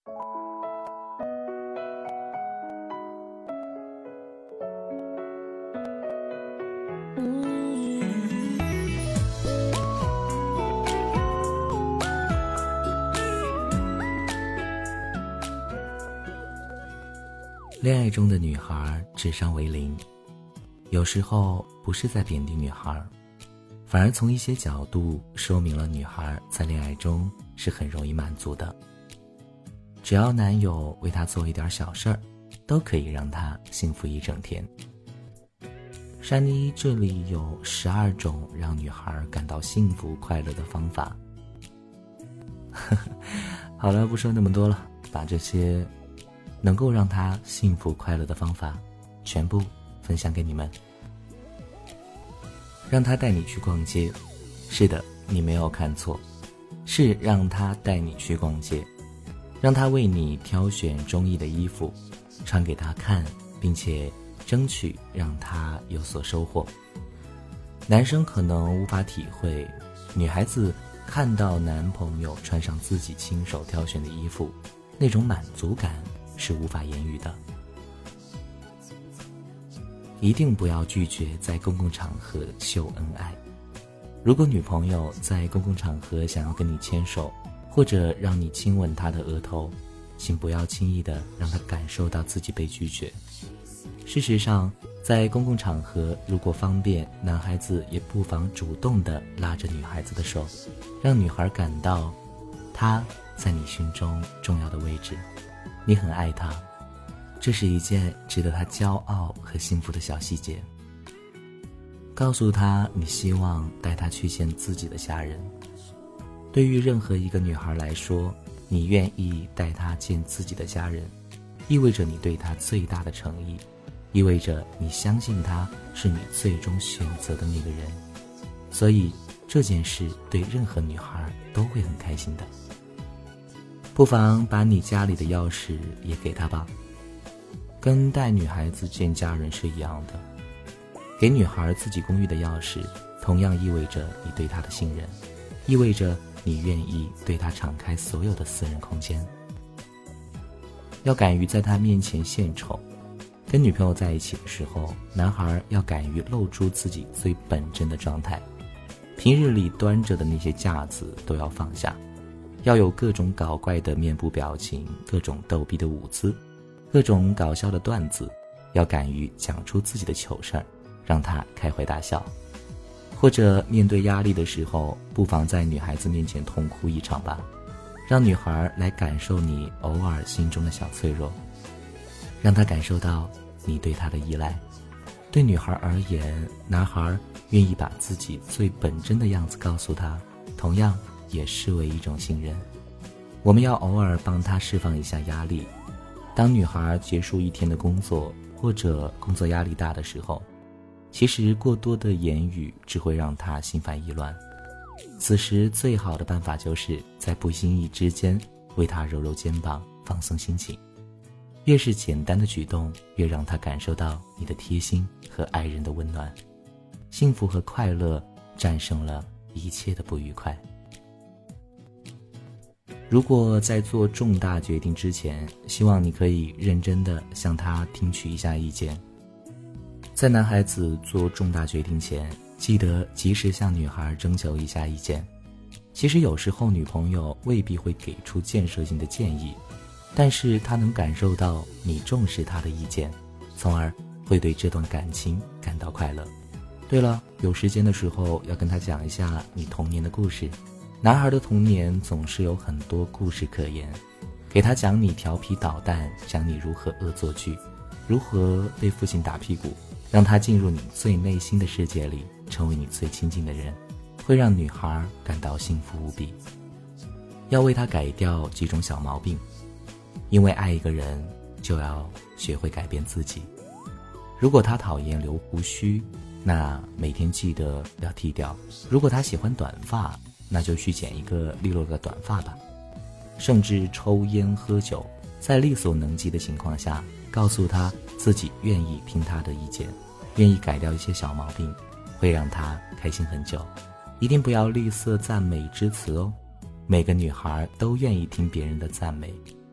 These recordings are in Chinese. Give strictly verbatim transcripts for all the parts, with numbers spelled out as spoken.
恋爱中的女孩智商为零，有时候不是在贬低女孩，反而从一些角度说明了女孩在恋爱中是很容易满足的。只要男友为她做一点小事儿，都可以让她幸福一整天。珊妮这里有十二种让女孩感到幸福快乐的方法。好了，不说那么多了，把这些能够让她幸福快乐的方法全部分享给你们。让她带你去逛街，是的，你没有看错，是让她带你去逛街，让她为你挑选中意的衣服，穿给她看，并且争取让她有所收获。男生可能无法体会，女孩子看到男朋友穿上自己亲手挑选的衣服，那种满足感是无法言语的。一定不要拒绝在公共场合秀恩爱。如果女朋友在公共场合想要跟你牵手，或者让你亲吻她的额头，请不要轻易的让她感受到自己被拒绝。事实上，在公共场合如果方便，男孩子也不妨主动地拉着女孩子的手，让女孩感到她在你心中重要的位置，你很爱她，这是一件值得她骄傲和幸福的小细节。告诉她你希望带她去见自己的家人。对于任何一个女孩来说，你愿意带她见自己的家人，意味着你对她最大的诚意，意味着你相信她是你最终选择的那个人。所以这件事对任何女孩都会很开心的。不妨把你家里的钥匙也给她吧，跟带女孩子见家人是一样的。给女孩自己公寓的钥匙，同样意味着你对她的信任，意味着你愿意对她敞开所有的私人空间。要敢于在她面前献丑。跟女朋友在一起的时候，男孩要敢于露出自己最本真的状态，平日里端着的那些架子都要放下，要有各种搞怪的面部表情，各种逗逼的舞姿，各种搞笑的段子，要敢于讲出自己的糗事儿，让她开怀大笑。或者面对压力的时候，不妨在女孩子面前痛哭一场吧，让女孩来感受你偶尔心中的小脆弱，让她感受到你对她的依赖。对女孩而言，男孩愿意把自己最本真的样子告诉她，同样也视为一种信任。我们要偶尔帮她释放一下压力。当女孩结束一天的工作，或者工作压力大的时候，其实过多的言语只会让她心烦意乱。此时最好的办法就是在不经意之间为她揉揉肩膀，放松心情。越是简单的举动，越让她感受到你的贴心和爱人的温暖。幸福和快乐战胜了一切的不愉快。如果在做重大决定之前，希望你可以认真地向她听取一下意见。在男孩子做重大决定前，记得及时向女孩征求一下意见。其实有时候女朋友未必会给出建设性的建议，但是她能感受到你重视她的意见，从而会对这段感情感到快乐。对了，有时间的时候要跟她讲一下你童年的故事。男孩的童年总是有很多故事可言，给他讲你调皮捣蛋，讲你如何恶作剧，如何被父亲打屁股，让他进入你最内心的世界里，成为你最亲近的人，会让女孩感到幸福无比。要为他改掉几种小毛病，因为爱一个人就要学会改变自己。如果他讨厌留胡须，那每天记得要剃掉；如果他喜欢短发，那就去剪一个利落的短发吧。甚至抽烟喝酒，在力所能及的情况下，告诉他自己愿意听他的意见，愿意改掉一些小毛病，会让他开心很久。一定不要吝啬赞美之词哦，每个女孩都愿意听别人的赞美，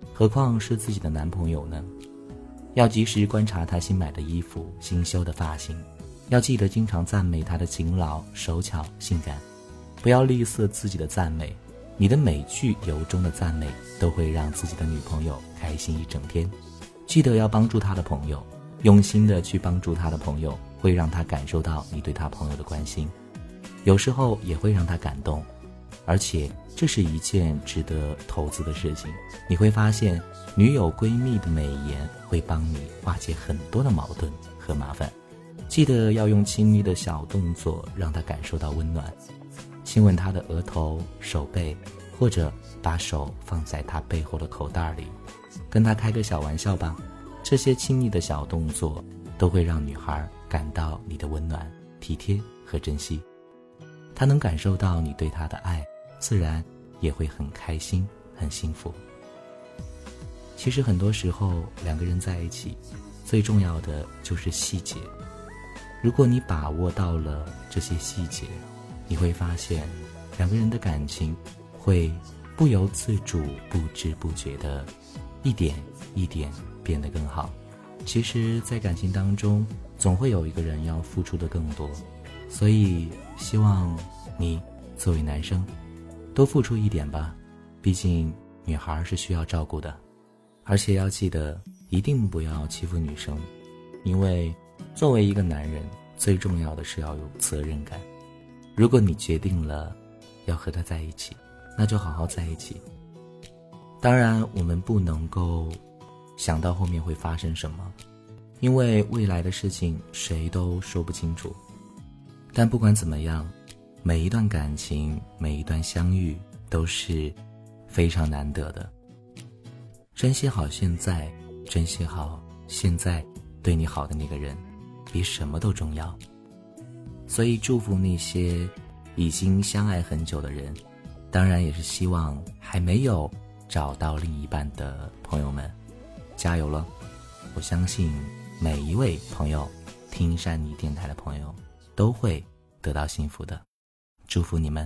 何况是自己的男朋友呢？要及时观察他新买的衣服、新修的发型，要记得经常赞美他的勤劳、手巧、性感，不要吝啬自己的赞美。你的每句由衷的赞美都会让自己的女朋友开心一整天。记得要帮助他的朋友，用心的去帮助他的朋友，会让他感受到你对他朋友的关心，有时候也会让他感动，而且这是一件值得投资的事情。你会发现女友闺蜜的美言会帮你化解很多的矛盾和麻烦。记得要用亲密的小动作让她感受到温暖，亲吻她的额头、手背，或者把手放在她背后的口袋里，跟她开个小玩笑吧。这些亲密的小动作都会让女孩感到你的温暖、体贴和珍惜，她能感受到你对她的爱，自然也会很开心很幸福。其实很多时候两个人在一起，最重要的就是细节。如果你把握到了这些细节，你会发现两个人的感情会不由自主、不知不觉的一点一点变得更好。其实在感情当中，总会有一个人要付出的更多，所以希望你作为男生多付出一点吧，毕竟女孩是需要照顾的。而且要记得一定不要欺负女生，因为作为一个男人，最重要的是要有责任感。如果你决定了要和他在一起，那就好好在一起。当然我们不能够想到后面会发生什么，因为未来的事情谁都说不清楚。但不管怎么样，每一段感情，每一段相遇都是非常难得的。珍惜好现在，珍惜好现在对你好的那个人，比什么都重要。所以祝福那些已经相爱很久的人，当然也是希望还没有找到另一半的朋友们，加油了！我相信每一位朋友，听善妮电台的朋友都会得到幸福的，祝福你们。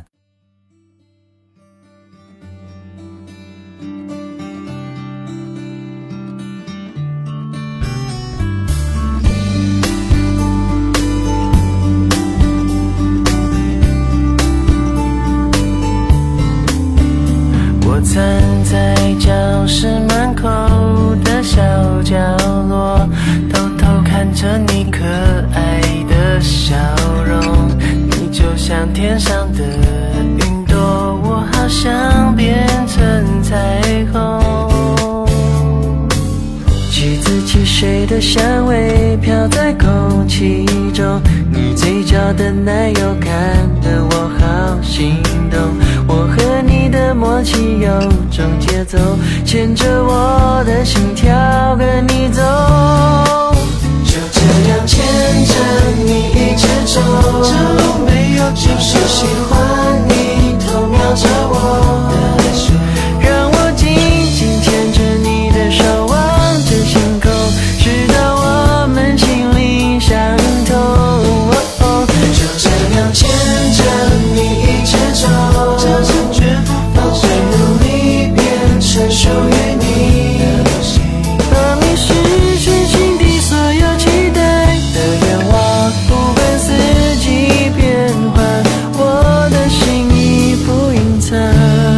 站在教室门口的小角落，偷偷看着你可爱的笑容。你就像天上的云朵，我好想变成彩虹。橘子汽水的香味飘在空气中，你嘴角的奶油看得我好心动。我和你的默契有种节奏，牵着我的心跳跟你走，就这样牵着你一直走，这路没有就是喜欢你偷瞄着我的手，让我紧紧牵着你的手，望着星空，直到我们心灵相通，哦哦，就这样牵着你一直走，这次绝不放弃，努力变成属于你的东西，帮你实现心底所有期待的愿望，不管四季变换，我的心意不隐藏。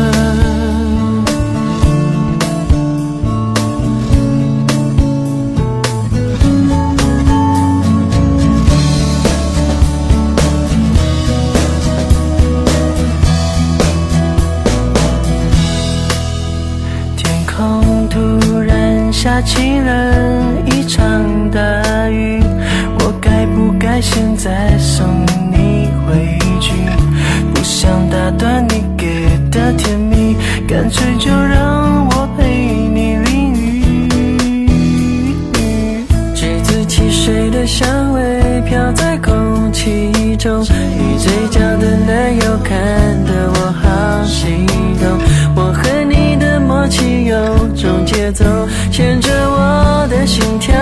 下起了一场大雨，我该不该现在送你回去？不想打断你给的甜蜜，干脆就让我陪你淋雨。橘子汽水的香味飘在空气中，你嘴角的奶油看得我好心动。我和你的默契有种节奏，牵着我的心跳